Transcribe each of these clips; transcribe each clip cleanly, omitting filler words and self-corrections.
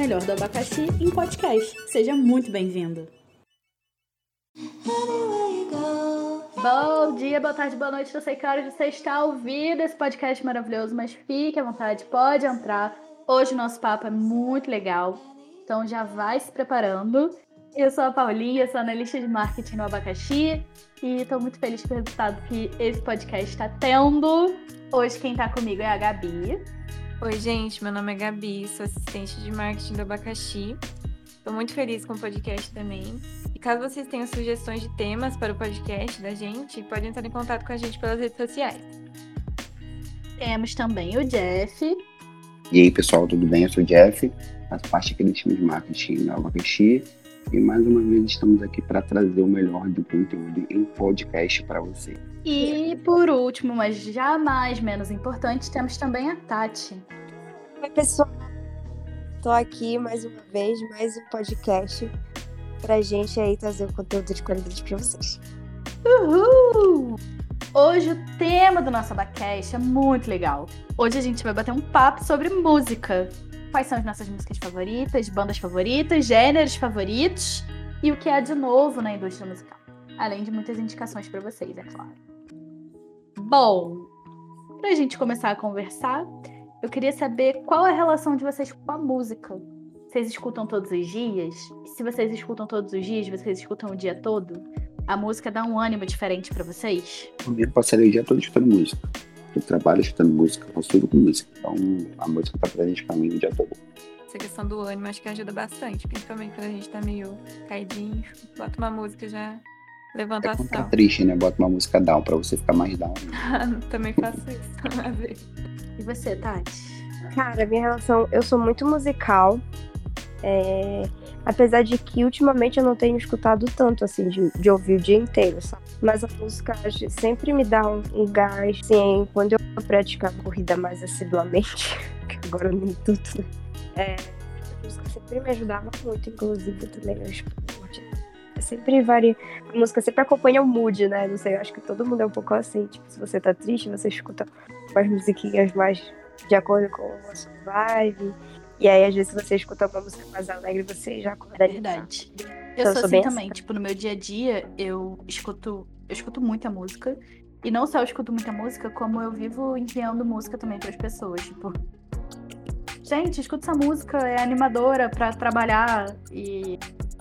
melhor do abacaxi em podcast. Seja muito bem-vindo. Bom dia, boa tarde, boa noite. Não sei que horas você está ouvindo esse podcast maravilhoso, mas fique à vontade, pode entrar. Hoje o nosso papo é muito legal, então já vai se preparando. Eu sou a Paulinha, sou analista de marketing no Abacaxi e estou muito feliz com o resultado que esse podcast está tendo. Hoje quem está comigo é a Gabi. Oi, gente, meu nome é Gabi, sou assistente de marketing do Abacaxi. Estou muito feliz com o podcast também. E caso vocês tenham sugestões de temas para o podcast da gente, podem entrar em contato com a gente pelas redes sociais. Temos também o Jeff. E aí, pessoal, tudo bem? Eu sou o Jeff, faço parte aqui do time de marketing do Abacaxi. E mais uma vez estamos aqui para trazer o melhor do conteúdo em podcast para você. E por último, mas jamais menos importante, temos também a Tati. Oi, pessoal. Tô aqui mais uma vez, mais um podcast pra gente aí trazer um conteúdo de qualidade pra vocês. Uhul! Hoje o tema do nosso Abacaxi é muito legal. Hoje a gente vai bater um papo sobre música. Quais são as nossas músicas favoritas, bandas favoritas, gêneros favoritos e o que há de novo na indústria musical. Além de muitas indicações para vocês, é claro. Bom, pra gente começar a conversar, eu queria saber qual é a relação de vocês com a música. Vocês escutam todos os dias? E se vocês escutam todos os dias, vocês escutam o dia todo? A música dá um ânimo diferente pra vocês? Eu passarei o dia todo escutando música. Eu trabalho escutando música, faço tudo com música. Então, a música tá presente pra mim o dia todo. Essa questão do ânimo acho que ajuda bastante, principalmente quando a gente tá meio caidinho. Bota uma música já levanta a Quando tá astral. triste, né? Bota uma música down pra você ficar mais down. Também faço isso, às vezes. E você, Tati? Cara, minha relação, eu sou muito musical, apesar de que ultimamente eu não tenho escutado tanto, assim, de ouvir o dia inteiro, sabe? Mas a música sempre me dá um gás, assim, quando eu praticar corrida mais assiduamente, que agora nem tudo, né? A música sempre me ajudava muito, inclusive, também no esporte. Sempre varia. A música sempre acompanha o mood, né? Não sei, eu acho que todo mundo é um pouco assim. Tipo, se você tá triste, você escuta umas musiquinhas mais de acordo com a sua vibe. E aí, às vezes, você escuta uma música mais alegre, você já acorda. Verdade. Eu Então, sou assim bem também. Tipo, no meu dia a dia, eu escuto muita música. E não só eu escuto muita música, como eu vivo enviando música também pras pessoas. Tipo, gente, escuta essa música, é animadora pra trabalhar. E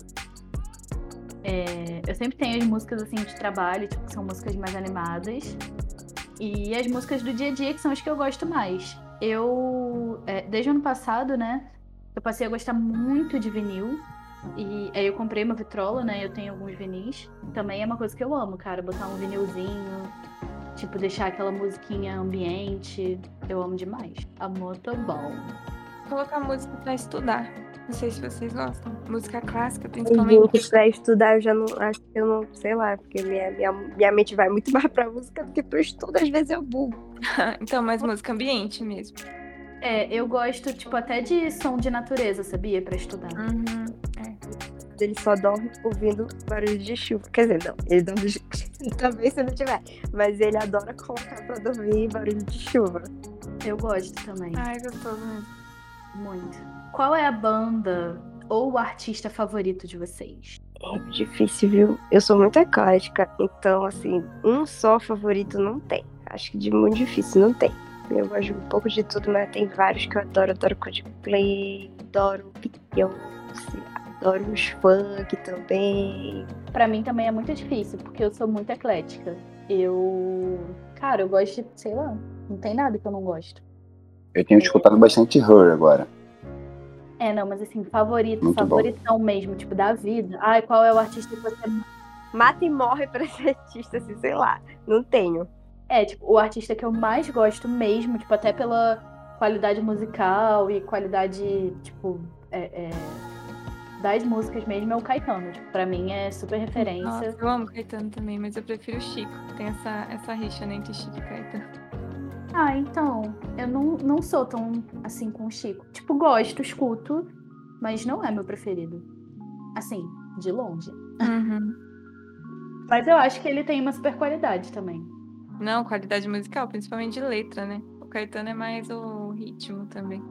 eu sempre tenho as músicas assim de trabalho, tipo, que são músicas mais animadas. E as músicas do dia a dia, que são as que eu gosto mais. Desde o ano passado, né, eu passei a gostar muito de vinil. E aí eu comprei uma vitrola, né, eu tenho alguns vinis. Também é uma coisa que eu amo, cara, botar um vinilzinho, tipo, deixar aquela musiquinha ambiente. Eu amo demais. Amor, tô bom. Colocar música pra estudar. Não sei se vocês gostam. Música clássica, principalmente. Gente, pra estudar, eu já não acho que eu não, sei lá, porque minha mente vai muito mais pra música do que pro estudo, às vezes eu bugo. Então, mais música ambiente mesmo. Eu gosto, tipo, até de som de natureza, sabia? Pra estudar. Ele só dorme ouvindo barulho de chuva. Quer dizer, não, ele dorme também se não tiver. Mas ele adora colocar pra dormir barulho de chuva. Eu gosto também. Ai, gostoso mesmo. Muito. Qual é a banda ou o artista favorito de vocês? É difícil, viu? Eu sou muito eclética, então, assim, um só favorito não tem. Acho que de muito difícil, não tem. Eu gosto um pouco de tudo, mas tem vários que eu adoro. Adoro Coldplay, adoro Beyoncé, adoro os funk também. Pra mim também é muito difícil, porque eu sou muito eclética. Cara, eu gosto de, sei lá, não tem nada que eu não gosto. Eu tenho escutado bastante Her agora. Não, mas assim, favorito, Muito favoritão mesmo, tipo, da vida. Ai, qual é o artista que você... Mata e morre pra esse artista, assim, sei lá. Não tenho. Tipo, o artista que eu mais gosto mesmo, tipo, até pela qualidade musical e qualidade, tipo, das músicas mesmo, é o Caetano. Tipo, pra mim é super referência. Nossa, eu amo Caetano também, mas eu prefiro o Chico. Tem essa rixa, né, entre Chico e Caetano. Então, eu não sou tão assim com o Chico. Tipo, gosto, escuto, mas não é meu preferido. Assim, de longe. Uhum. Mas eu acho que ele tem uma super qualidade também. Não, qualidade musical, principalmente de letra, né? O Caetano é mais o ritmo também.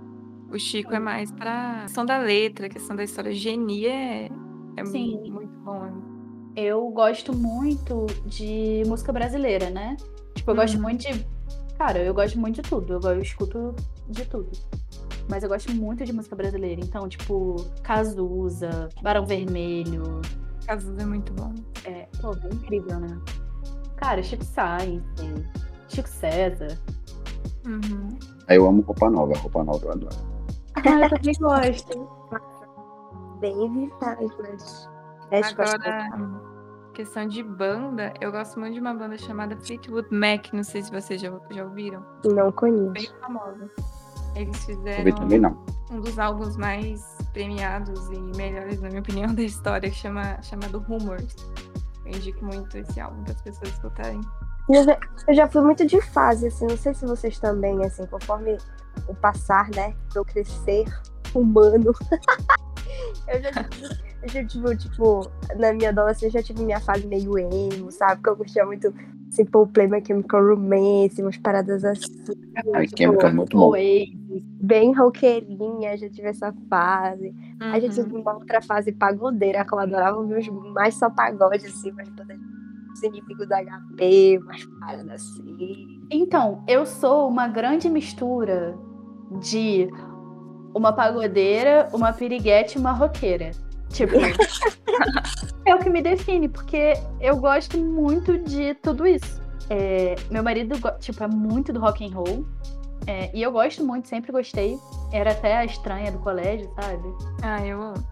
O Chico é mais pra questão da letra, questão da história. Geni é Sim. muito bom. Eu gosto muito de música brasileira, né? Tipo, eu gosto muito de... Cara, eu gosto muito de tudo. Eu escuto de tudo. Mas eu gosto muito de música brasileira. Então, tipo, Cazuza, Barão Vermelho. Cazuza é muito bom. É incrível, né? Cara, Chico Sainz, Chico César. Aí eu amo Roupa Nova eu adoro. Ah, eu também gosto. Bem vitais, mas... Agora, questão de banda, eu gosto muito de uma banda chamada Fleetwood Mac. Não sei se vocês já ouviram. Não Bem conheço. famosa. Eles Eu vi fizeram também não. um dos álbuns mais premiados e melhores, na minha opinião, da história, chamado Rumors. Eu indico muito esse álbum para as pessoas escutarem. Eu já fui muito de fase, assim, não sei se vocês também, assim, conforme o passar, né, do crescer humano. eu já tive, tipo, na minha adolescência, eu já tive minha fase meio emo, sabe? Porque eu curtia muito Simple Plan, My Chemical Romance, umas paradas assim. A Chemical é muito bom. Bem roqueirinha, já tive essa fase. Aí já tive uma outra fase pagodeira, que eu adorava ouvir mais só pagode, assim, mas os inimigos da HP, umas paradas assim. Então, eu sou uma grande mistura de uma pagodeira, uma piriguete e uma roqueira. Tipo, é o que me define, porque eu gosto muito de tudo isso. Meu marido, tipo, é muito do rock and roll. E eu gosto muito, sempre gostei. Era até a estranha do colégio, sabe? Ah, eu amo.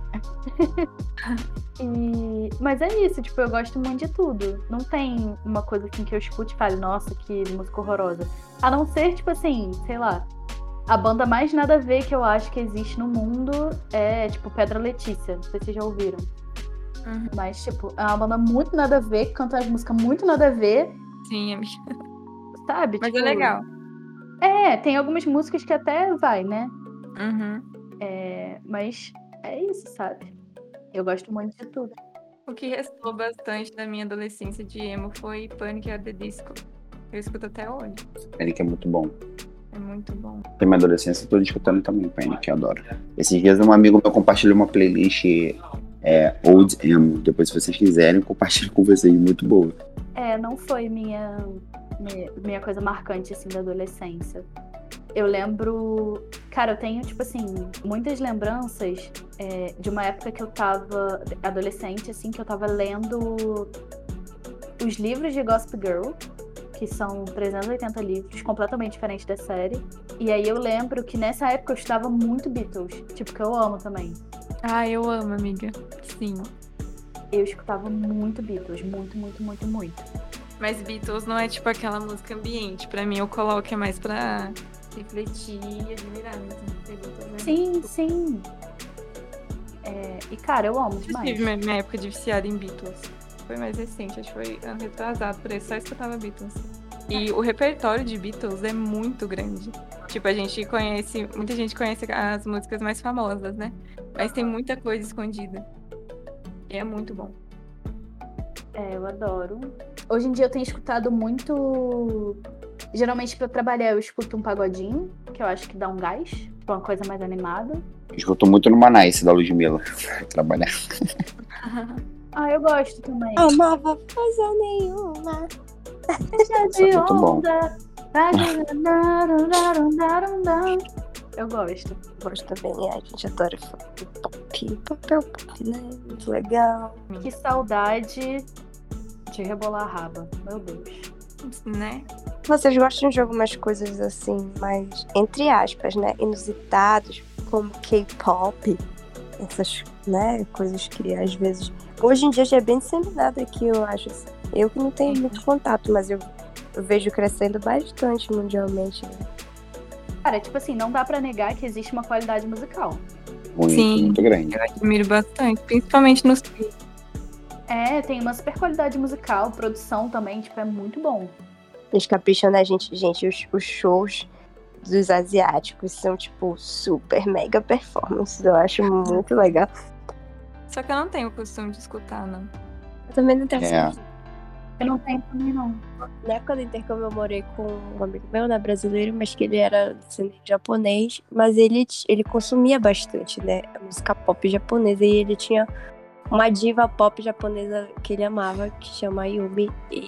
Mas é isso, tipo, eu gosto muito de tudo. Não tem uma coisa assim que eu escute e fale, nossa, que música horrorosa. A não ser, tipo assim, sei lá, a banda mais nada a ver que eu acho que existe no mundo é, tipo, Pedra Letícia. Não sei se vocês já ouviram. Mas, tipo, é uma banda muito nada a ver, que canta as músicas muito nada a ver. Sim, amiga. Sabe? Mas tipo, é legal. Tem algumas músicas que até vai, né? Mas é isso, sabe? Eu gosto muito de tudo. O que restou bastante da minha adolescência de emo foi Panic! At the Disco. Eu escuto até hoje. Panic! É muito bom. É muito bom. Na minha adolescência, eu tô escutando também Panic! Eu adoro. Esses dias um amigo meu compartilhou uma playlist Old Emo. Depois, se vocês quiserem, eu compartilho com vocês. Muito boa. Não foi minha coisa marcante, assim, da adolescência. Eu lembro... Cara, eu tenho, tipo assim, muitas lembranças de uma época que eu tava adolescente, assim, que eu tava lendo os livros de Gossip Girl, que são 380 livros, completamente diferentes da série. E aí eu lembro que nessa época eu estudava muito Beatles, tipo, que eu amo também. Ah, eu amo, amiga. Sim. Eu escutava muito Beatles, muito, muito, muito, muito. Mas Beatles não é tipo aquela música ambiente. Pra mim, eu coloco é mais pra refletir e admirar mesmo. Sim. E, cara, eu amo demais. Eu tive minha época de viciada em Beatles. Foi mais recente, acho que foi ano retrasado, por isso só escutava Beatles. E o repertório de Beatles é muito grande. Tipo, muita gente conhece as músicas mais famosas, né? Mas tem muita coisa escondida. E é muito bom. Eu adoro. Hoje em dia eu tenho escutado muito... Geralmente pra trabalhar eu escuto um pagodinho, que eu acho que dá um gás, uma coisa mais animada. Eu escuto muito no Manice, da Ludmilla, trabalhar. Eu gosto também. Amava coisa nenhuma. Deixa de muito bom. onda. Eu gosto. Gosto também, a gente adora papel pop, né? Muito legal. Que saudade de rebolar a raba. Meu Deus. Né? Vocês gostam de algumas coisas assim, mais, entre aspas, né? Inusitados, como K-pop, essas, né? Coisas que às vezes... Hoje em dia já é bem disseminado aqui, eu acho. Assim. Eu que não tenho muito contato, mas eu vejo crescendo bastante mundialmente, né? Cara, tipo assim, não dá pra negar que existe uma qualidade musical. Muito grande. Eu admiro bastante, principalmente nos clipes. Tem uma super qualidade musical, produção também, tipo, é muito bom. Eles capricham, né, gente? Gente, os shows dos asiáticos são, tipo, super mega performances. Eu acho muito legal. Só que eu não tenho o costume de escutar, não. Eu também não tenho Eu não tenho também, não. Na época do intercâmbio eu morei com um amigo meu, né, brasileiro, mas que ele era descendente japonês, mas ele consumia bastante, né, a música pop japonesa, e ele tinha uma diva pop japonesa que ele amava, que chama Yumi,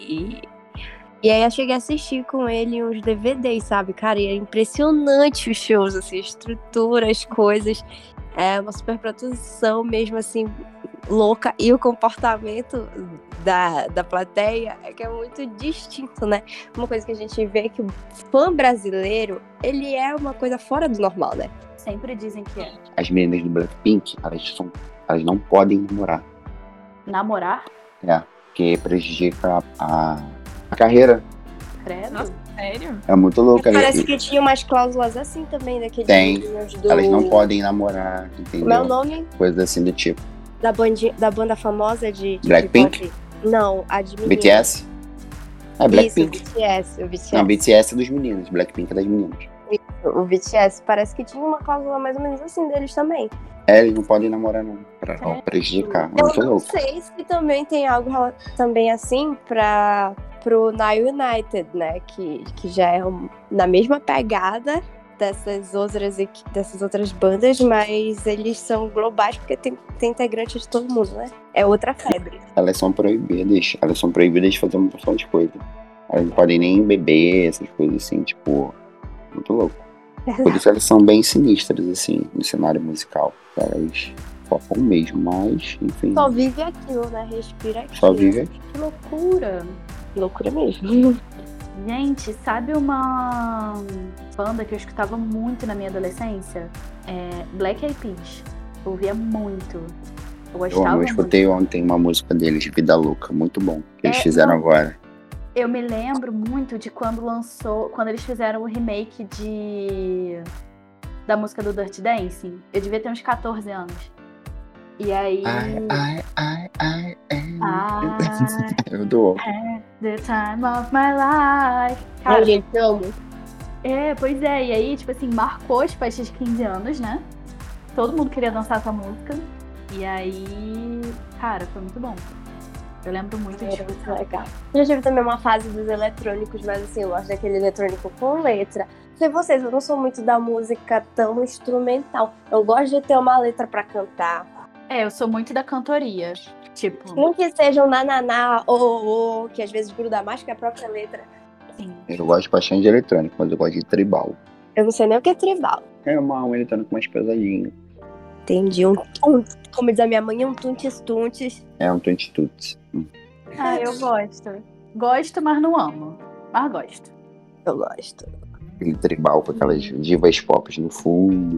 e aí eu cheguei a assistir com ele uns DVDs, sabe, cara, e é impressionante os shows, assim, a estrutura, as coisas, é uma super produção mesmo, assim, louca, e o comportamento da plateia é que é muito distinto, né? Uma coisa que a gente vê é que o fã brasileiro, ele é uma coisa fora do normal, né? Sempre dizem que é. As meninas do Blackpink, elas não podem namorar. Namorar? Porque prejudica a carreira. Credo. Nossa, sério? É muito louco. Parece que tinha umas cláusulas assim também, daqueles Tem. meninos do... Elas não podem namorar, entendeu? Como é o nome? Coisas assim do tipo. Da banda famosa de Blackpink? pop? Não, a de meninas. BTS? É Blackpink. Isso, o BTS. Não, BTS é dos meninos, Blackpink é das meninas. O BTS parece que tinha uma cláusula mais ou menos assim deles também. Eles não podem namorar não, pra não prejudicar. Eu Muito não louco. sei se também tem algo também assim pro Now United, né? Que já é na mesma pegada dessas outras bandas, mas eles são globais porque tem integrantes de todo mundo, né? É outra febre. Elas são proibidas de fazer uma porção de coisa. Elas não podem nem beber, essas coisas assim, tipo, muito louco. Por isso elas são bem sinistras, assim, no cenário musical. Elas focam mesmo, mas, enfim. Só vive aquilo, né? Respira aquilo. Só vive aquilo. Que loucura. Loucura mesmo. Gente, sabe uma banda que eu escutava muito na minha adolescência? Black Eyed Peas. Eu ouvia muito. Eu gostava Eu muito. escutei ontem uma música deles, Vida Louca, muito bom, que eles fizeram agora. Eu me lembro muito de quando eles fizeram o remake da música do Dirty Dancing. Eu devia ter uns 14 anos. E aí... Eu dou. The time of my life. Cara, gente, amo. pois é. E aí, tipo assim, marcou as festas de 15 anos, né? Todo mundo queria dançar essa música. E aí, cara, foi muito bom. Eu lembro muito disso. Era muito legal. Eu já tive também uma fase dos eletrônicos, mas assim, eu gosto daquele eletrônico com letra. Não sei vocês, eu não sou muito da música tão instrumental. Eu gosto de ter uma letra pra cantar. Eu sou muito da cantoria. Tipo, Não que sejam nananá ou que às vezes gruda mais que a própria letra. sim. Eu gosto bastante de eletrônico, mas eu gosto de tribal. Eu não sei nem o que é tribal. É um eletrônico mais pesadinho. Entendi. Como diz a minha mãe, um tuntes-tuntes. É um tuts. Eu gosto. Gosto, mas não amo. Mas gosto. Eu gosto. Aquele tribal com aquelas divas pop no fundo.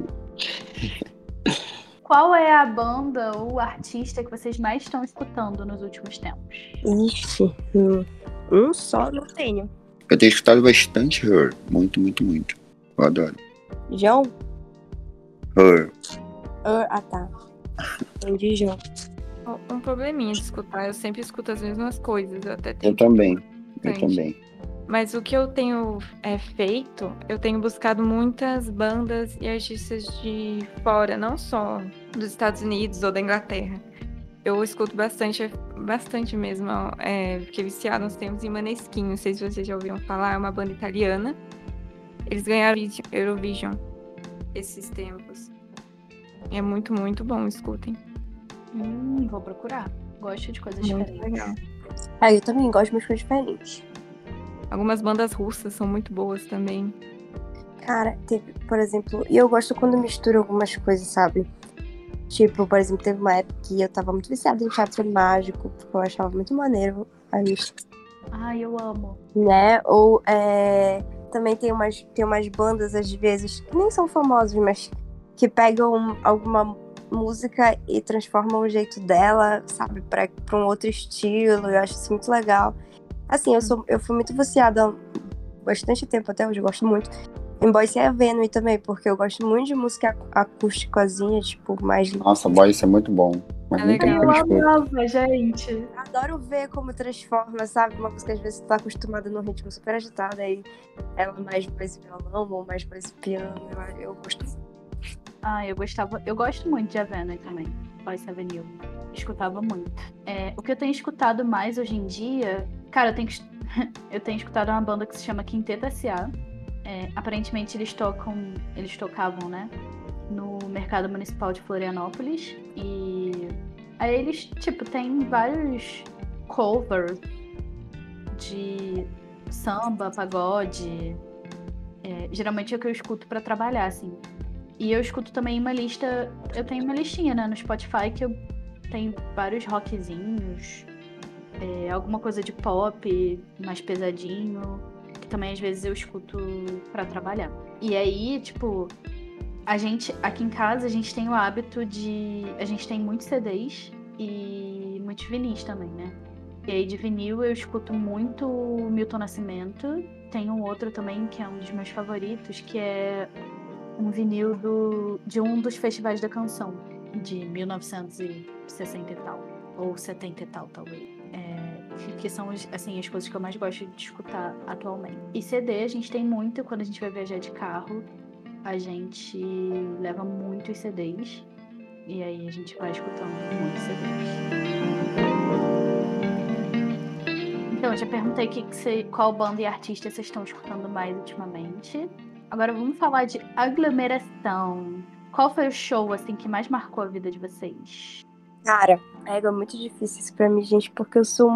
Qual é a banda ou artista que vocês mais estão escutando nos últimos tempos? Ixi. Um só não tenho. Eu tenho escutado bastante Her. Muito, muito, muito. Eu adoro. João? Her. Tá. Entendi, João. Um probleminha de escutar, eu sempre escuto as mesmas coisas. Eu também. Bastante. Mas o que eu tenho feito, eu tenho buscado muitas bandas e artistas de fora, não só dos Estados Unidos ou da Inglaterra. Eu escuto bastante mesmo, fiquei viciada uns tempos em Maneskin, não sei se vocês já ouviram falar, é uma banda italiana. Eles ganharam Eurovision esses tempos. É muito, muito bom, escutem. Vou procurar. Gosto de coisas Muito diferentes. legal. Eu também gosto de umas coisas diferentes. Algumas bandas russas são muito boas também. Cara, teve, por exemplo, e eu gosto quando mistura algumas coisas, sabe? Tipo, por exemplo, teve uma época que eu tava muito viciada em teatro mágico, porque eu achava muito maneiro a música, Eu amo. né? Ou também tem umas bandas, às vezes, que nem são famosas, mas que pegam alguma música e transformam o jeito dela, sabe? Pra um outro estilo. Eu acho isso muito legal. Assim, eu fui muito viciada há bastante tempo, até hoje eu gosto muito. Em Boyce Avenue também, porque eu gosto muito de música acústicazinha, tipo, mais... Nossa, Boyce é muito bom. Mas muito legal. tempo Eu que eu escuto. amava, gente. Adoro ver como transforma, sabe? Uma música, às vezes, você tá acostumada num ritmo super agitado, aí ela mais pra esse violão ou mais pra esse piano. Eu gosto muito. Eu gosto muito de Avenue também. Boyce Avenue. Escutava muito. O que eu tenho escutado mais hoje em dia Cara, eu tenho escutado uma banda que se chama Quinteto S.A. Aparentemente eles tocavam, né, no Mercado Municipal de Florianópolis. E aí eles, tipo, tem vários covers de samba, pagode. Geralmente é o que eu escuto pra trabalhar, assim. E eu escuto também eu tenho uma listinha, né, no Spotify que eu tenho vários rockzinhos, alguma coisa de pop mais pesadinho, que também às vezes eu escuto pra trabalhar. E aí, tipo, aqui em casa a gente tem o hábito a gente tem muitos CDs e muitos vinis também, né? E aí de vinil eu escuto muito Milton Nascimento. Tem um outro também que é um dos meus favoritos, que é um vinil de um dos festivais da canção, de 1960 e tal, ou 70 e tal, talvez. Que são, assim, as coisas que eu mais gosto de escutar atualmente. E CD a gente tem muito, quando a gente vai viajar de carro, a gente leva muitos CDs, e aí a gente vai escutando muitos CDs. Então, eu já perguntei qual banda e artista vocês estão escutando mais ultimamente. Agora vamos falar de aglomeração. Qual foi o show, assim, que mais marcou a vida de vocês? Cara, é muito difícil isso pra mim, gente, porque eu sou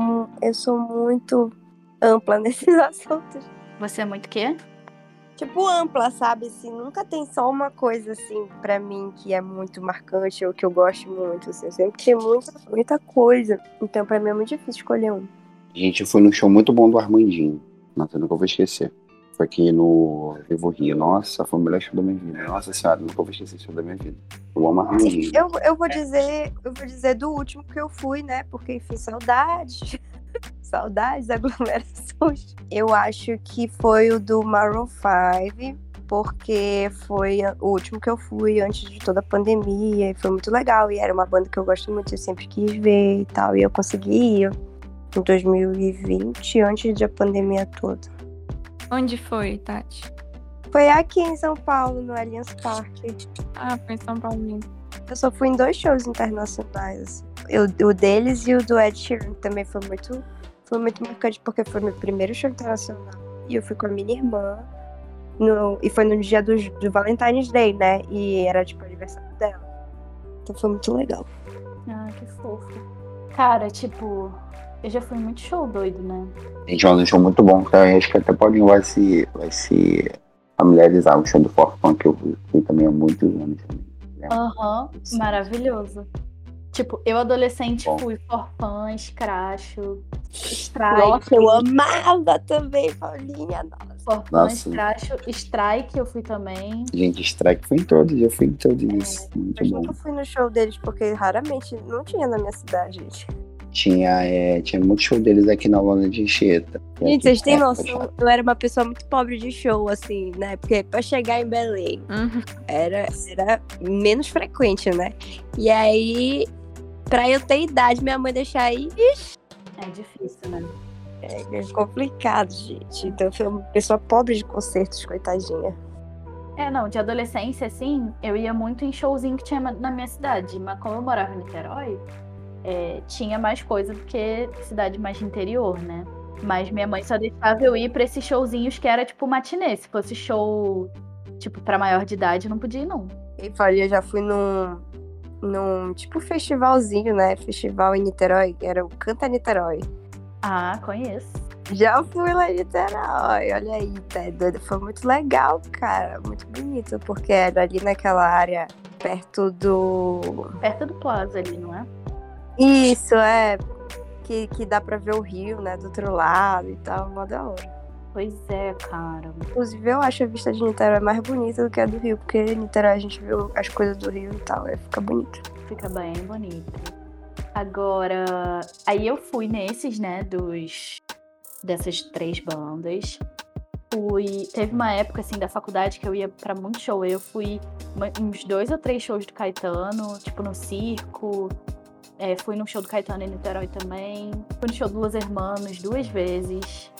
muito ampla nesses assuntos. Você é muito o quê? Tipo, ampla, sabe? Assim, nunca tem só uma coisa, assim, pra mim que é muito marcante ou que eu gosto muito, assim. Eu sempre tem muita coisa. Então, pra mim é muito difícil escolher um. Gente, eu fui num show muito bom do Armandinho. Nossa, eu nunca vou esquecer. Foi aqui no Vivo Rio. Nossa, foi o melhor show da minha vida. Nossa senhora, nunca vou esquecer esse show da minha vida. Eu amo Armandinho. Eu vou dizer do último que eu fui, né? Porque, enfim, saudades. Saudades, aglomerações. Eu acho que foi o do Maroon 5, porque foi o último que eu fui antes de toda a pandemia. E foi muito legal. E era uma banda que eu gosto muito, eu sempre quis ver e tal. E eu consegui ir em 2020, antes da pandemia toda. Onde foi, Tati? Foi aqui em São Paulo, no Allianz Parque. Ah, foi em São Paulo mesmo. Eu só fui em 2 shows internacionais, assim. O deles e o do Ed Sheeran também foi muito marcante, porque foi meu primeiro show internacional. E eu fui com a minha irmã. E foi no dia do Valentine's Day, né? E era tipo o aniversário dela. Então foi muito legal. Ah, que fofo. Cara, tipo, eu já fui muito show doido, né? Gente, é um show muito bom, que eu acho que até Paulinho vai se familiarizar. O show do Forfã, que eu fui também há muitos anos também. Aham, maravilhoso. Tipo, eu adolescente Bom. fui Forfã, Scratcho, Strike. Nossa, eu amava também, Paulinha. Forfã, Nossa. Scratcho, Strike eu fui também. Gente, Strike foi em todos, eu fui em todos isso. Muito Eu bom. nunca fui no show deles, porque raramente não tinha na minha cidade, gente. Tinha muito show deles aqui na Lona de Anchieta. Gente, vocês têm noção? Eu era uma pessoa muito pobre de show, assim, né? Porque pra chegar em Belém era menos frequente, né? E aí, pra eu ter idade, minha mãe deixar ir, É difícil, né? é complicado, gente. Então eu fui uma pessoa pobre de concertos, coitadinha. Não, de adolescência, assim, eu ia muito em showzinho que tinha na minha cidade. Mas como eu morava em Niterói, tinha mais coisa do que cidade mais de interior, né? Mas minha mãe só deixava eu ir pra esses showzinhos que era tipo matinê. Se fosse show, tipo, pra maior de idade, eu não podia ir, não. E falei, eu já fui num tipo festivalzinho, né? Festival em Niterói, era o Canta Niterói. Ah, conheço. Já fui lá em Niterói, olha aí, tá doido. Foi muito legal, cara, muito bonito, porque era ali naquela área perto do Plaza ali, não é? Isso, que dá pra ver o rio, né, do outro lado e tal, mó da hora. Pois é, cara. Inclusive, eu acho a vista de Niterói mais bonita do que a do Rio, porque em Niterói a gente vê as coisas do Rio e tal, aí fica bonito. Fica bem bonito. Agora, aí eu fui nesses, né, dessas 3 bandas. Teve uma época, assim, da faculdade que eu ia pra muito show. Eu fui uns 2 ou 3 shows do Caetano, tipo, no circo. Fui no show do Caetano em Niterói também. Fui no show do Los Hermanos 2 vezes.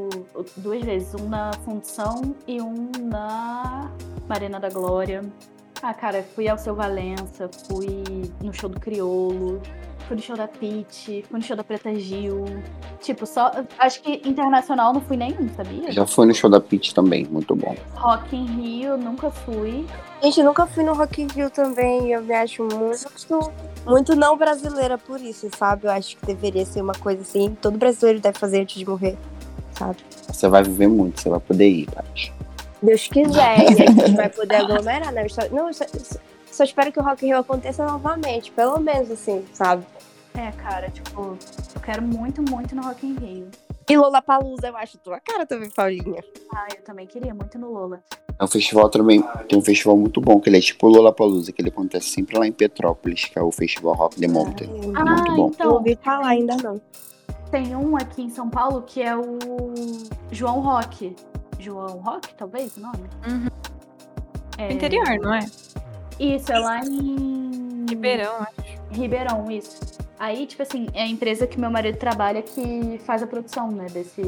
Um na Fundição e um na Marina da Glória. Ah, cara, fui ao Seu Valença, fui no show do Criolo, fui no show da Pitty, fui no show da Preta Gil. Tipo, só. Acho que internacional não fui nenhum, sabia? Já foi no show da Pitty também, muito bom. Rock in Rio, nunca fui. Gente, eu nunca fui no Rock in Rio também. Eu me acho muito não brasileira por isso, sabe? Eu acho que deveria ser uma coisa assim, todo brasileiro deve fazer antes de morrer, sabe? Você vai viver muito, você vai poder ir, Paty. Deus quiser, e a gente vai poder aglomerar, né? Só espero que o Rock in Rio aconteça novamente, pelo menos assim, sabe? É, cara, tipo, eu quero muito, muito no Rock in Rio. E Lollapalooza, eu acho tua cara também, Paulinha. Ah, eu também queria muito no Lola. É um festival também, tem um festival muito bom, que ele é tipo o Lollapalooza, que ele acontece sempre lá em Petrópolis, que é o Festival Rock the Mountain. Muito bom. Não ouvi falar ainda não. Tem um aqui em São Paulo que é o João Rock. João Rock, talvez o nome? Uhum. É... Interior, não é? Isso, é lá em... Ribeirão, acho. Ribeirão, isso. Aí, tipo assim, é a empresa que meu marido trabalha que faz a produção, né, desse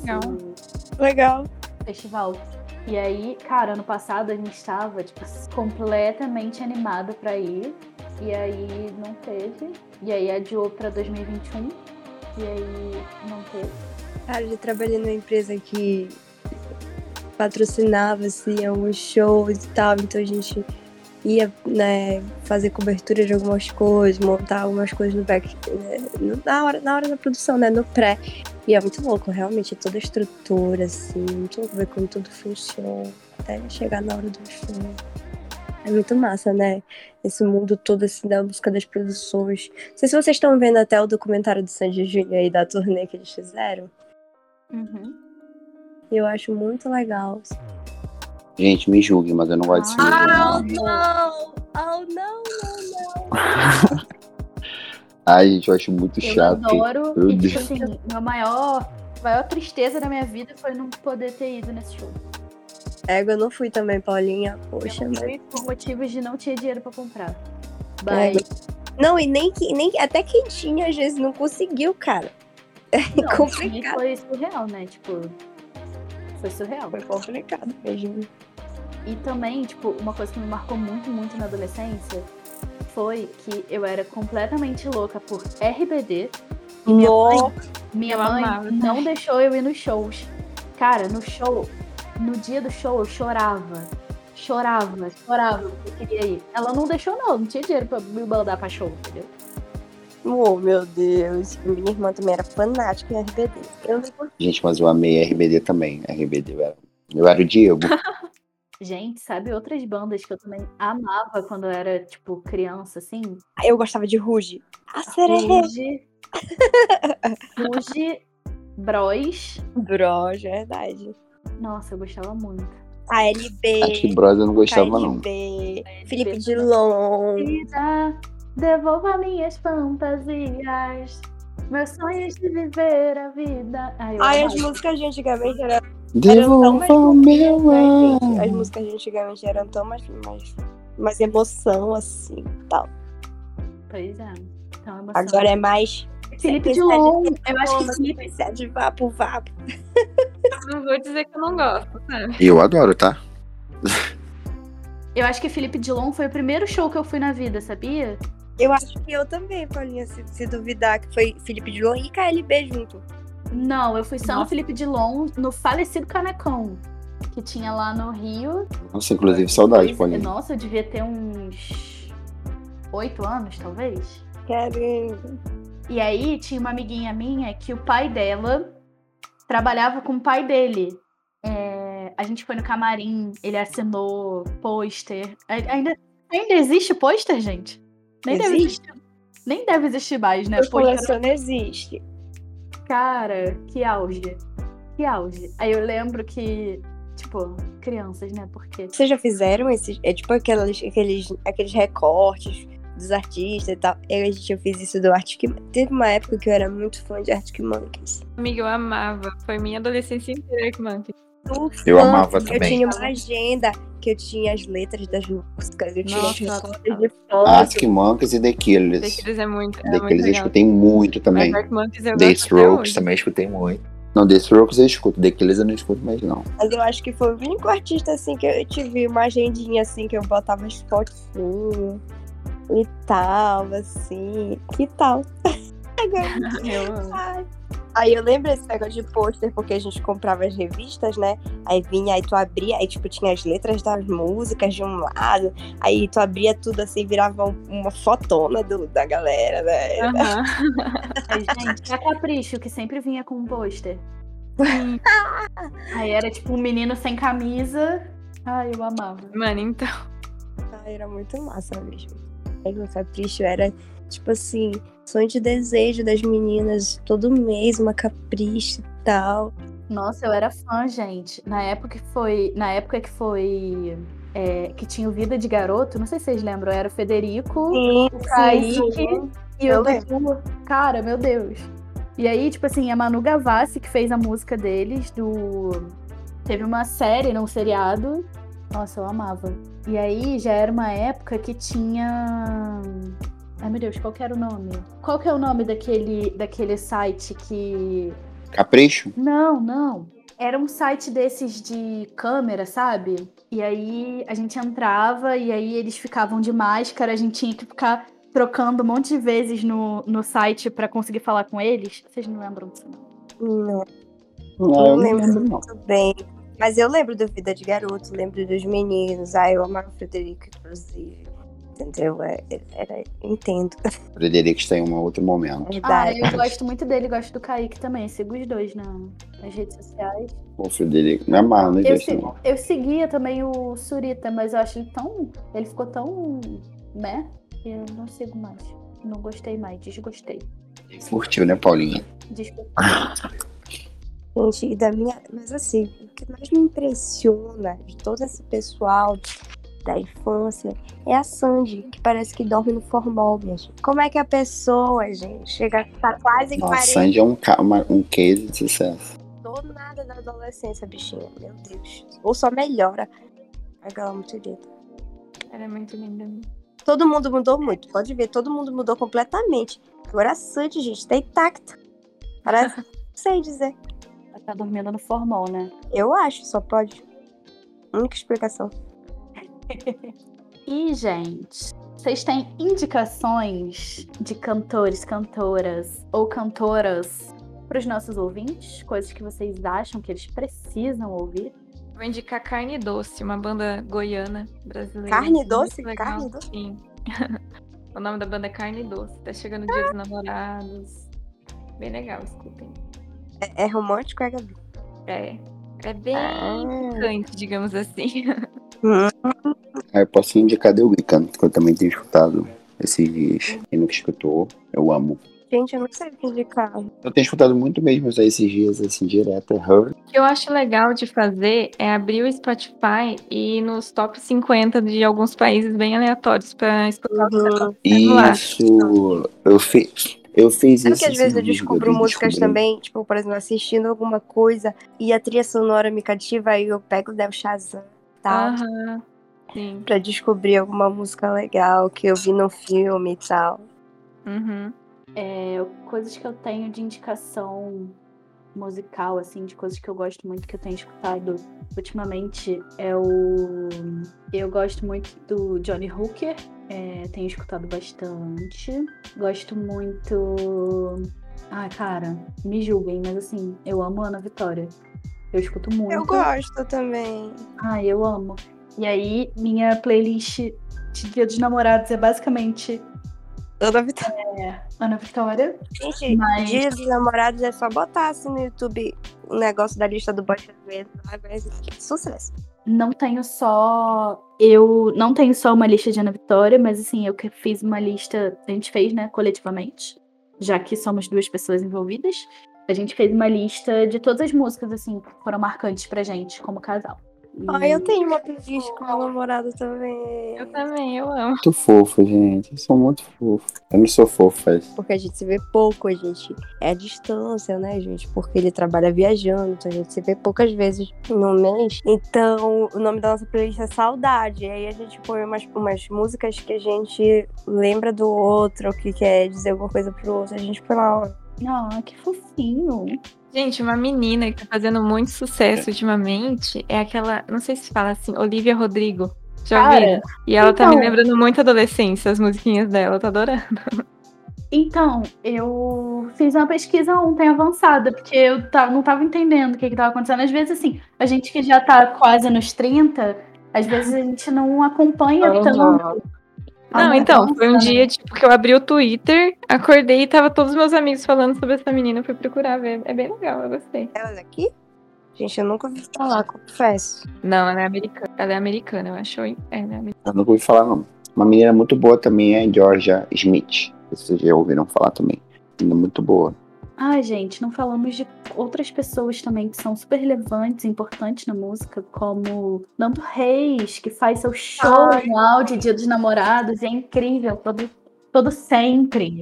Legal. festival. E aí, cara, ano passado a gente tava, tipo, completamente animado pra ir. E aí não teve. E aí adiou pra 2021. E aí não teve. Cara, eu já trabalhei numa empresa que patrocinava, assim, alguns shows e tal. Então a gente ia, né, fazer cobertura de algumas coisas, montar algumas coisas no back, né, na hora da produção, né, no pré. E é muito louco, realmente, toda a estrutura, assim, muito louco ver como tudo funciona, até chegar na hora do show. É muito massa, né? Esse mundo todo, assim, da busca das produções. Não sei se vocês estão vendo até o documentário do Sandy Júnior aí, da turnê que eles fizeram. Uhum. Eu acho muito legal. Gente, me julguem, mas eu não gosto de Sandy Júnior. Não! Ai, gente, eu acho muito Eu chato. adoro. Meu E, Deus. tipo assim, a maior tristeza da minha vida foi não poder ter ido nesse show. Eu não fui também, Paulinha. Poxa, Eu mas... fui por motivos de não ter dinheiro pra comprar. Mas, Não, e nem até quem tinha, às vezes, não conseguiu, cara. É não, complicado. foi surreal, né? Tipo, foi surreal. Foi complicado mesmo. E também, tipo, uma coisa que me marcou muito, muito na adolescência foi que eu era completamente louca por RBD. E minha mãe amava, não deixou eu ir nos shows. Cara, no dia do show eu chorava porque eu queria ir. Ela não deixou não tinha dinheiro pra me mandar pra show, entendeu? Oh, meu Deus. Minha irmã também era fanática em RBD. Eu não curti. Gente, mas eu amei RBD também. RBD, eu era o Diego. Gente, sabe outras bandas que eu também amava quando eu era, tipo, criança, assim? Eu gostava de Ruge. A Sererê. Ruge, Bros. Bros, verdade. Nossa, eu gostava muito. A LB. Acho que Bros eu não gostava, não. Felipe Dilon. Vida, devolva minhas fantasias, meus sonhos de viver a vida. Ai, as músicas de antigamente eram tão Devolva mais o meu profundas, gente. ar. As músicas de antigamente eram tão mais emoção, assim, tal. Pois é. Então, emoção. Agora é mais... Felipe Dilon. Eu acho que Felipe... de vapo. Não vou dizer que eu não gosto, sabe? Eu adoro, tá? Eu acho que Felipe Dilon foi o primeiro show que eu fui na vida, sabia? Eu acho que eu também, Paulinha, se duvidar, que foi Felipe Dilon e KLB junto. Não, eu fui só no Nossa. Felipe Dilon, no falecido Canecão, que tinha lá no Rio. Nossa, inclusive, saudade, Paulinha. Nossa, eu devia ter uns 8 anos, talvez. Caramba. E aí tinha uma amiguinha minha que o pai dela trabalhava com o pai dele. A gente foi no camarim, ele assinou pôster. Ainda existe pôster, gente? Nem deve existir mais, né? O coleção existe. Cara, que auge. Que auge. Aí eu lembro que, tipo, crianças, né? Porque... Vocês já fizeram esses... É tipo aqueles recortes dos artistas e tal. Eu fiz isso do Arctic Monkeys. Teve uma época que eu era muito fã de Arctic Monkeys. Amiga, eu amava. Foi minha adolescência inteira que Monkey. Eu amava Eu também. tinha uma agenda que eu tinha as letras das músicas. Eu tinha Nossa, as fotos de foto. Arctic Monkeys e The Killers. The Killers é muito The Killers eu legal. escutei muito também. Mas Arctic Monkeys eu The gosto até Strokes hoje. também escutei muito. Não, The Strokes eu escuto, The Killers eu não escuto mais, não. Mas eu acho que foi o único artista, assim, que eu tive uma agendinha, assim, que eu botava as fotinhas e tal, assim. Que tal? Eu amo. Ai. Aí eu lembro esse negócio de pôster, porque a gente comprava as revistas, né? Aí vinha, aí tu abria, aí tipo tinha as letras das músicas de um lado, aí tu abria tudo assim, virava uma fotona da galera, né? Aham. Ai, gente, a Capricho, que sempre vinha com um pôster. Sim. Aí era tipo um menino sem camisa. Ai, eu amava. Mano, então. Ai, era muito massa mesmo. Aí o Capricho era, tipo assim, sonho de desejo das meninas, todo mês, uma Capricho e tal. Nossa, eu era fã, gente. Na época que foi que tinha o Vida de Garoto, não sei se vocês lembram, era o Federico, Sim, o Kaique sim. e Eu o Dudu. Cara, meu Deus. E aí, tipo assim, a Manu Gavassi, que fez a música deles, teve uma série, não um seriado. Nossa, eu amava. E aí, já era uma época que tinha... Ai, meu Deus, qual que era o nome? Qual que é o nome daquele site que... Capricho? Não. Era um site desses de câmera, sabe? E aí a gente entrava e aí eles ficavam de máscara, a gente tinha que ficar trocando um monte de vezes no site pra conseguir falar com eles. Vocês não lembram disso, não? Não Eu lembro não. muito bem. Mas eu lembro do Vida de Garoto, lembro dos meninos. Eu amava o Frederico, inclusive. Entendeu? Entendo. Frederico está em um outro momento. Verdade. Eu gosto muito dele, gosto do Kaique também. Sigo os dois nas redes sociais. O Frederico, me amarro nos dois também. Eu seguia também o Surita, mas eu acho ele ficou tão, né? Que eu não sigo mais. Não gostei mais, desgostei. Curtiu, né, Paulinha? Desculpa. Gente, mas assim, o que mais me impressiona de todo esse pessoal da infância é a Sandy, que parece que dorme no formol, minha gente. Como é que a pessoa, gente, chega a estar quase em Nossa, 40 Sandy é um case de sucesso. do nada da adolescência, bichinha. Meu Deus. Ou só melhora. Ela é muito linda. Ela é muito linda. Todo mundo mudou muito. Pode ver, todo mundo mudou completamente. Agora a Sandy, gente, tá intacta. Parece, não sei dizer. Ela tá dormindo no formol, né? Eu acho, só pode. Única explicação. E, gente, vocês têm indicações de cantores, cantoras ou cantoras para os nossos ouvintes? Coisas que vocês acham que eles precisam ouvir? Vou indicar Carne Doce, uma banda goiana brasileira. Carne Muito Doce? legal. Carne Doce? Sim. O nome da banda é Carne Doce. Tá chegando o Dia dos Namorados. Bem legal, escutem. É romântico, é, Gabi? É bem picante, digamos assim. Aí eu posso indicar The Weeknd, que eu também tenho escutado esses dias. Quem nunca escutou, eu amo. Gente, eu não sei o que indicar. Eu tenho escutado muito mesmo esses dias, assim, direto. Her. O que eu acho legal de fazer é abrir o Spotify e ir nos top 50 de alguns países bem aleatórios pra escutar o celular. Isso, eu fiz Sabe isso. que às vezes eu esses dias, descubro músicas descobri. também, tipo, por exemplo, assistindo alguma coisa e a trilha sonora me cativa, aí eu pego o Shazam e tal, Aham, sim. pra descobrir alguma música legal que eu vi no filme e tal. Uhum. Coisas que eu tenho de indicação musical, assim, de coisas que eu gosto muito, que eu tenho escutado ultimamente, eu gosto muito do Johnny Hooker, tenho escutado bastante. Gosto muito... Ai, cara, me julguem, mas assim, eu amo Ana Vitória. Eu escuto muito. Eu gosto também. Ai, eu amo. E aí, minha playlist de Dia dos Namorados é basicamente Ana Vitória. Ana Vitória. Gente, Dia dos Namorados é só botar assim no YouTube o negócio da lista do Boy Mesmo, vai ser sucesso. Não tenho só uma lista de Ana Vitória, mas assim, eu que fiz uma lista, a gente fez, né, coletivamente, já que somos duas pessoas envolvidas, a gente fez uma lista de todas as músicas, assim, que foram marcantes pra gente como casal. Eu tenho uma playlist com meu namorado também. Eu também, eu amo. Muito fofo, gente. Eu sou muito fofo. Eu não sou fofo, mas... Porque a gente se vê pouco, a gente é à distância, né, gente? Porque ele trabalha viajando, então a gente se vê poucas vezes no mês. Então, o nome da nossa playlist é Saudade. E aí a gente põe umas músicas que a gente lembra do outro, ou que quer dizer alguma coisa pro outro. A gente põe lá, ó. Ah, que fofinho. Gente, uma menina que tá fazendo muito sucesso ultimamente é aquela, não sei se fala assim, Olivia Rodrigo. Já Cara, ouviram? E ela tá me então- lembrando muito a adolescência, as musiquinhas dela, eu tô adorando. Então, eu fiz uma pesquisa ontem avançada, porque eu não tava entendendo o que tava acontecendo. Às vezes, assim, a gente que já tá quase nos 30, às vezes a gente não acompanha tanto. a Não, então, foi um mudança, né? dia, tipo, que eu abri o Twitter, acordei e tava todos os meus amigos falando sobre essa menina, eu fui procurar ver. É bem legal, eu gostei. Ela é daqui? Gente, eu nunca ouvi falar, confesso. Não, ela é americana. Ela é americana, eu acho. Ela é americana. Eu nunca ouvi falar, não. Uma menina muito boa também é Georgia Smith. Vocês já ouviram falar também. Menina muito boa. Ai, gente, não falamos de outras pessoas também que são super relevantes e importantes na música, como Nando Reis, que faz seu show anual de Dia dos Namorados, e é incrível, todo sempre.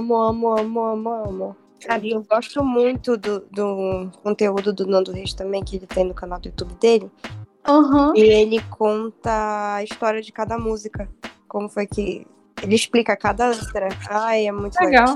Amo. Cara, eu gosto muito do conteúdo do Nando Reis também, que ele tem no canal do YouTube dele. Aham. E ele conta a história de cada música. Como foi que... Ele explica cada letra. Ai, é muito legal.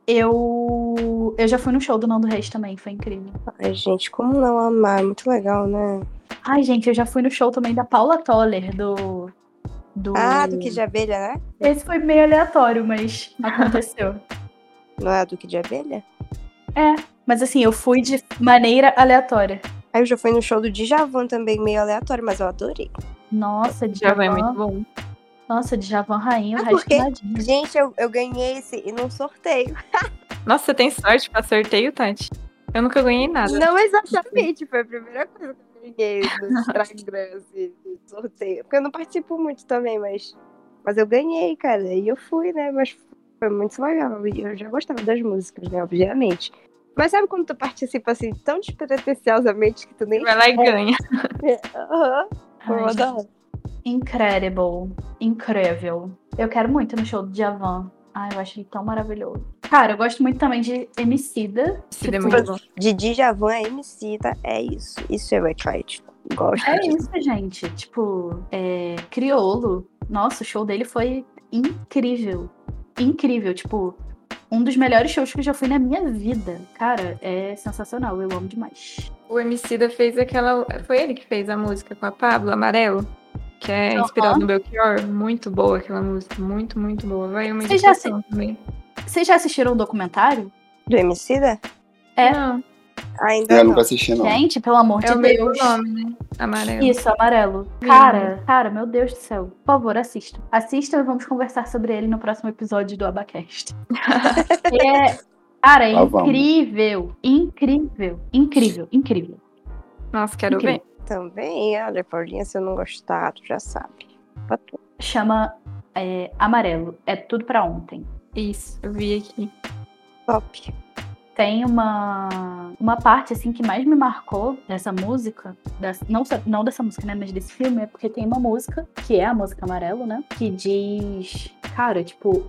Eu já fui no show do Nando Reis também, foi incrível. Ai, gente, como não amar? É muito legal, né? Ai, gente, eu já fui no show também da Paula Toller, do Duque de Abelha, né? Esse foi meio aleatório, mas aconteceu. Não é a Duque de Abelha? É, mas assim, eu fui de maneira aleatória. Aí eu já fui no show do Djavan também, meio aleatório, mas eu adorei. Nossa, Djavan é muito bom. Nossa, Djavan rainha, o resto porque, nadinha. gente, eu ganhei esse e num sorteio. Nossa, você tem sorte pra sorteio, Tati? Eu nunca ganhei nada. Não exatamente, foi a primeira coisa que eu ganhei no Instagram, assim, de sorteio. Porque eu não participo muito também, mas eu ganhei, cara. E eu fui, né? Mas foi muito legal. E eu já gostava das músicas, né? Obviamente. Mas sabe quando tu participa assim, tão despretensiosamente que tu nem... Vai lá e ganha. Aham. Foi uma da hora. Incrível. Eu quero muito ir no show do Djavan. Ai, eu acho ele tão maravilhoso. Cara, eu gosto muito também de Emicida. Emicida é muito bom. De Djavan a Emicida, é isso. Isso é o eclético. Gosto É disso. isso, gente. Tipo, Criolo. Nossa, o show dele foi incrível. Incrível. Tipo, um dos melhores shows que eu já fui na minha vida. Cara, é sensacional. Eu amo demais. O Emicida fez aquela... Foi ele que fez a música com a Pablo, Amarelo? Que é inspirado no Belchior. Muito boa aquela música. Muito, muito boa. Vai uma indicação também. Vocês já assistiram o documentário? Do Emicida? É. Não. Ainda Eu não. nunca assisti, não. Gente, pelo amor de É o mesmo Deus. nome, né? Amarelo. Isso, Amarelo. Sim. Cara, meu Deus do céu. Por favor, assistam. Assistam e vamos conversar sobre ele no próximo episódio do Abacast. Cara, é incrível. Incrível. Nossa, quero ver. Também, olha, Paulinha, se eu não gostar, tu já sabe. Chama Amarelo. É tudo pra ontem. Isso, eu vi aqui. Top. Tem uma parte, assim, que mais me marcou dessa música, não dessa música, né, mas desse filme, é porque tem uma música, que é a música Amarelo, né, que diz, cara, tipo,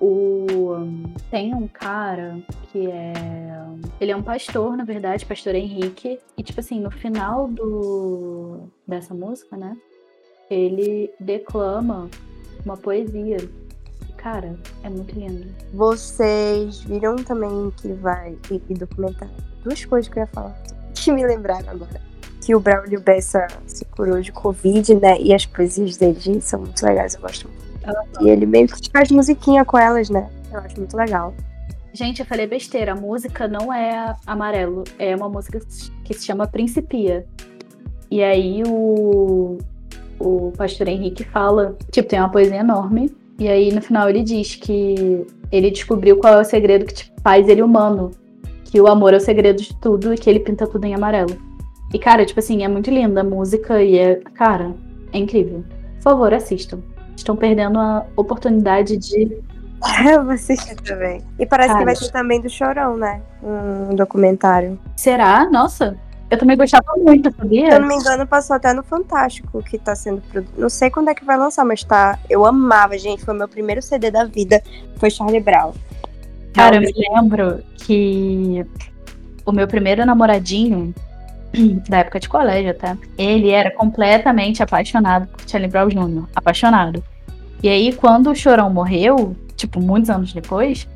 tem um cara que ele é um pastor, na verdade, pastor Henrique, e, tipo assim, no final dessa música, né, ele declama uma poesia. Cara, é muito lindo. Vocês viram também que vai ter documentário? Duas coisas que eu ia falar que me lembraram agora. Que o Braulio Bessa se curou de Covid, né? E as poesias dele, gente, são muito legais, eu gosto muito. E ele meio que faz musiquinha com elas, né? Eu acho muito legal. Gente, eu falei besteira. A música não é Amarelo. É uma música que se chama Principia. E aí o pastor Henrique fala... Tipo, tem uma poesia enorme. E aí, no final, ele diz que ele descobriu qual é o segredo que faz ele humano. Que o amor é o segredo de tudo e que ele pinta tudo em amarelo. E, cara, tipo assim, é muito linda a música e cara, é incrível. Por favor, assistam. Estão perdendo a oportunidade de... Eu vou assistir também. E parece que vai ter também do Chorão, né? Um documentário. Será? Nossa... Eu também gostava muito, sabia? Se eu não me engano, passou até no Fantástico, que tá sendo produzido. Não sei quando é que vai lançar, mas tá... Eu amava, gente. Foi meu primeiro CD da vida. Foi Charlie Brown. Cara, eu me lembro que o meu primeiro namoradinho, da época de colégio até, ele era completamente apaixonado por Charlie Brown Jr. Apaixonado. E aí, quando o Chorão morreu, tipo, muitos anos depois,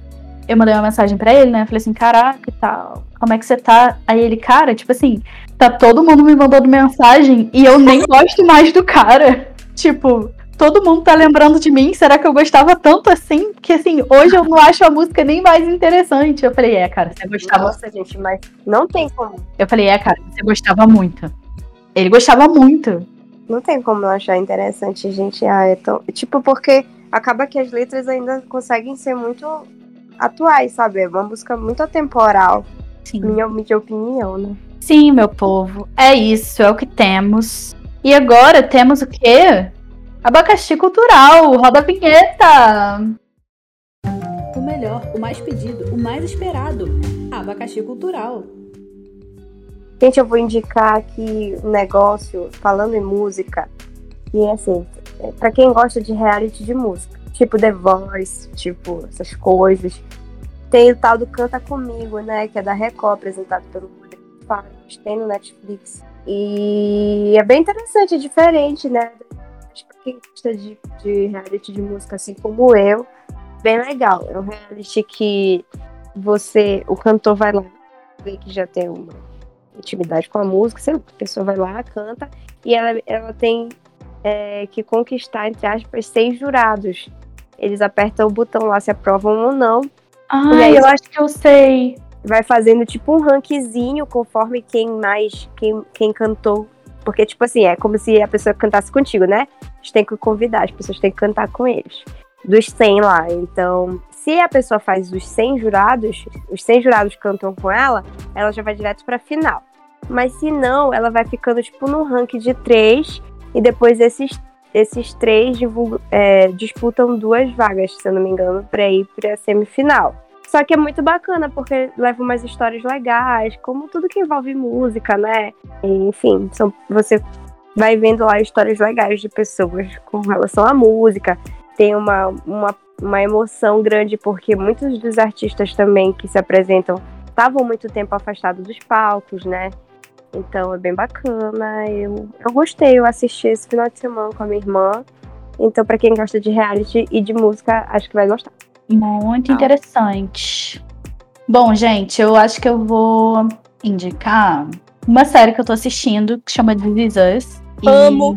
eu mandei uma mensagem pra ele, né? Eu falei assim, caraca e tal, como é que você tá? Aí ele, cara, tipo assim, tá todo mundo me mandando mensagem e eu nem gosto mais do cara. Tipo, todo mundo tá lembrando de mim, será que eu gostava tanto assim? Que assim, hoje eu não acho a música nem mais interessante. Eu falei, cara, você gostava. Nossa, gente, mas não tem como. Eu falei, cara, você gostava muito. Ele gostava muito. Não tem como não achar interessante, gente. É tão... Tipo, porque acaba que as letras ainda conseguem ser muito atuais, sabe? É uma música muito atemporal. Sim. Minha opinião, né? Sim, meu povo. É isso, é o que temos. E agora temos o quê? Abacaxi cultural. Roda a vinheta. O melhor, o mais pedido, o mais esperado. Abacaxi cultural. Gente, eu vou indicar aqui um negócio, falando em música, que é assim, pra quem gosta de reality de música, tipo The Voice, tipo essas coisas, tem o tal do Canta Comigo, né, que é da Record, apresentado pelo Fares, tem no Netflix, e é bem interessante, é diferente, né, pra quem gosta de reality de música, assim como eu, bem legal, é um reality que o cantor vai lá, vê que já tem uma intimidade com a música, sei lá, a pessoa vai lá, canta, e ela tem que conquistar, entre aspas, 6 jurados. Eles apertam o botão lá, se aprovam ou não. Ai, eu acho que eu sei. Vai fazendo tipo um rankzinho conforme quem cantou. Porque, tipo assim, é como se a pessoa cantasse contigo, né? A gente tem que convidar, as pessoas têm que cantar com eles. Dos 100 lá. Então, se a pessoa faz os 100 jurados, os 100 jurados cantam com ela já vai direto pra final. Mas se não, ela vai ficando tipo num ranking de 3 e depois esses 3 disputam 2 vagas, se eu não me engano, pra ir pra semifinal. Só que é muito bacana, porque leva umas histórias legais, como tudo que envolve música, né? Enfim, você vai vendo lá histórias legais de pessoas com relação à música. Tem uma emoção grande, porque muitos dos artistas também que se apresentam estavam muito tempo afastados dos palcos, né? Então é bem bacana. Eu gostei, eu assisti esse final de semana com a minha irmã. Então, pra quem gosta de reality e de música, acho que vai gostar. Muito interessante. Bom, gente, eu acho que eu vou indicar uma série que eu tô assistindo, que chama This Is Us. Amo!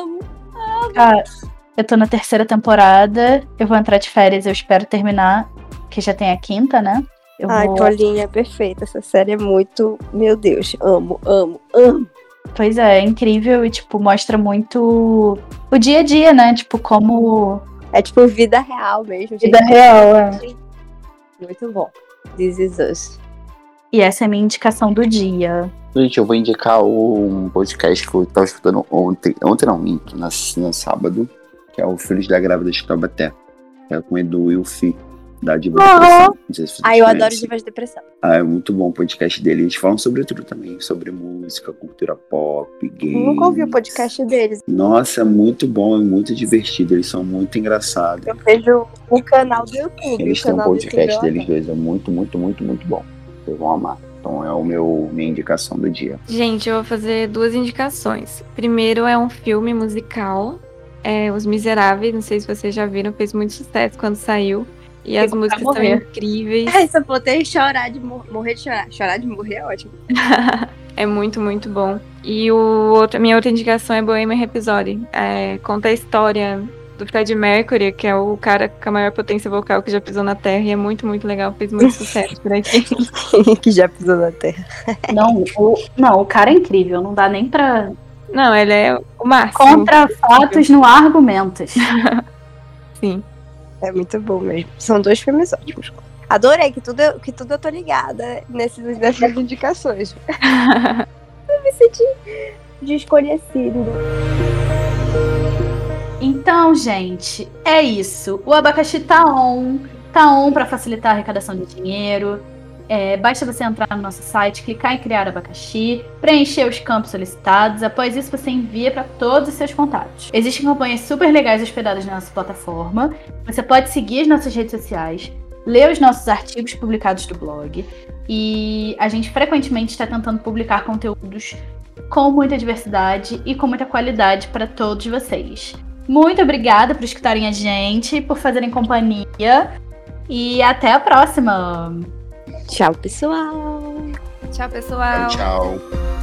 Cara, eu tô na 3ª temporada, eu vou entrar de férias, eu espero terminar, que já tem a 5ª, né? Tolinha, perfeita. Essa série é muito... Meu Deus, amo. Pois é incrível e, tipo, mostra muito o dia a dia, né? Tipo, como... É tipo vida real mesmo. Vida real, é. Muito bom. This Is Us. E essa é a minha indicação do dia. Gente, eu vou indicar um podcast que eu tava escutando ontem não, minto, no sábado, que é o Filhos da Grávida de Taubaté, que é com o Edu e o Fi, da Diva Depressão. Não sei se vocês eu conhecem. adoro Diva de Depressão. É muito bom o podcast dele. Eles falam sobre tudo também, sobre música, cultura pop, games. Eu nunca ouvi o podcast deles. Nossa, é muito bom, é muito divertido. Eles são muito engraçados. Eu vejo o canal do YouTube. Eles têm um podcast deles dois, é muito, muito, muito, muito bom. Vocês vão amar. Então é minha indicação do dia. Gente, eu vou fazer 2 indicações. Primeiro é um filme musical, Os Miseráveis. Não sei se vocês já viram, fez muito sucesso quando saiu. E as músicas são incríveis. Só botei chorar de morrer de chorar. Chorar de morrer é ótimo. É muito, muito bom. E minha outra indicação é Bohemian Rhapsody. Conta a história do Freddie Mercury, que é o cara com a maior potência vocal que já pisou na Terra. E é muito, muito legal. Fez muito sucesso por aqui. Que já pisou na Terra. Não, o cara é incrível. Não dá nem pra... Não, ele é o máximo. Contra fatos, não há argumentos. Sim. É muito bom mesmo. São 2 filmes ótimos. Adorei que tudo eu tô ligada nessas indicações. Eu me senti desconhecido. Então, gente, é isso. O abacaxi tá on. Tá on para facilitar a arrecadação de dinheiro. Basta você entrar no nosso site, clicar em criar abacaxi, preencher os campos solicitados. Após isso, você envia para todos os seus contatos. Existem campanhas super legais hospedadas na nossa plataforma. Você pode seguir as nossas redes sociais, ler os nossos artigos publicados do blog. E a gente frequentemente está tentando publicar conteúdos com muita diversidade e com muita qualidade para todos vocês. Muito obrigada por escutarem a gente, por fazerem companhia. E até a próxima! Tchau, pessoal! Tchau, pessoal. Tchau.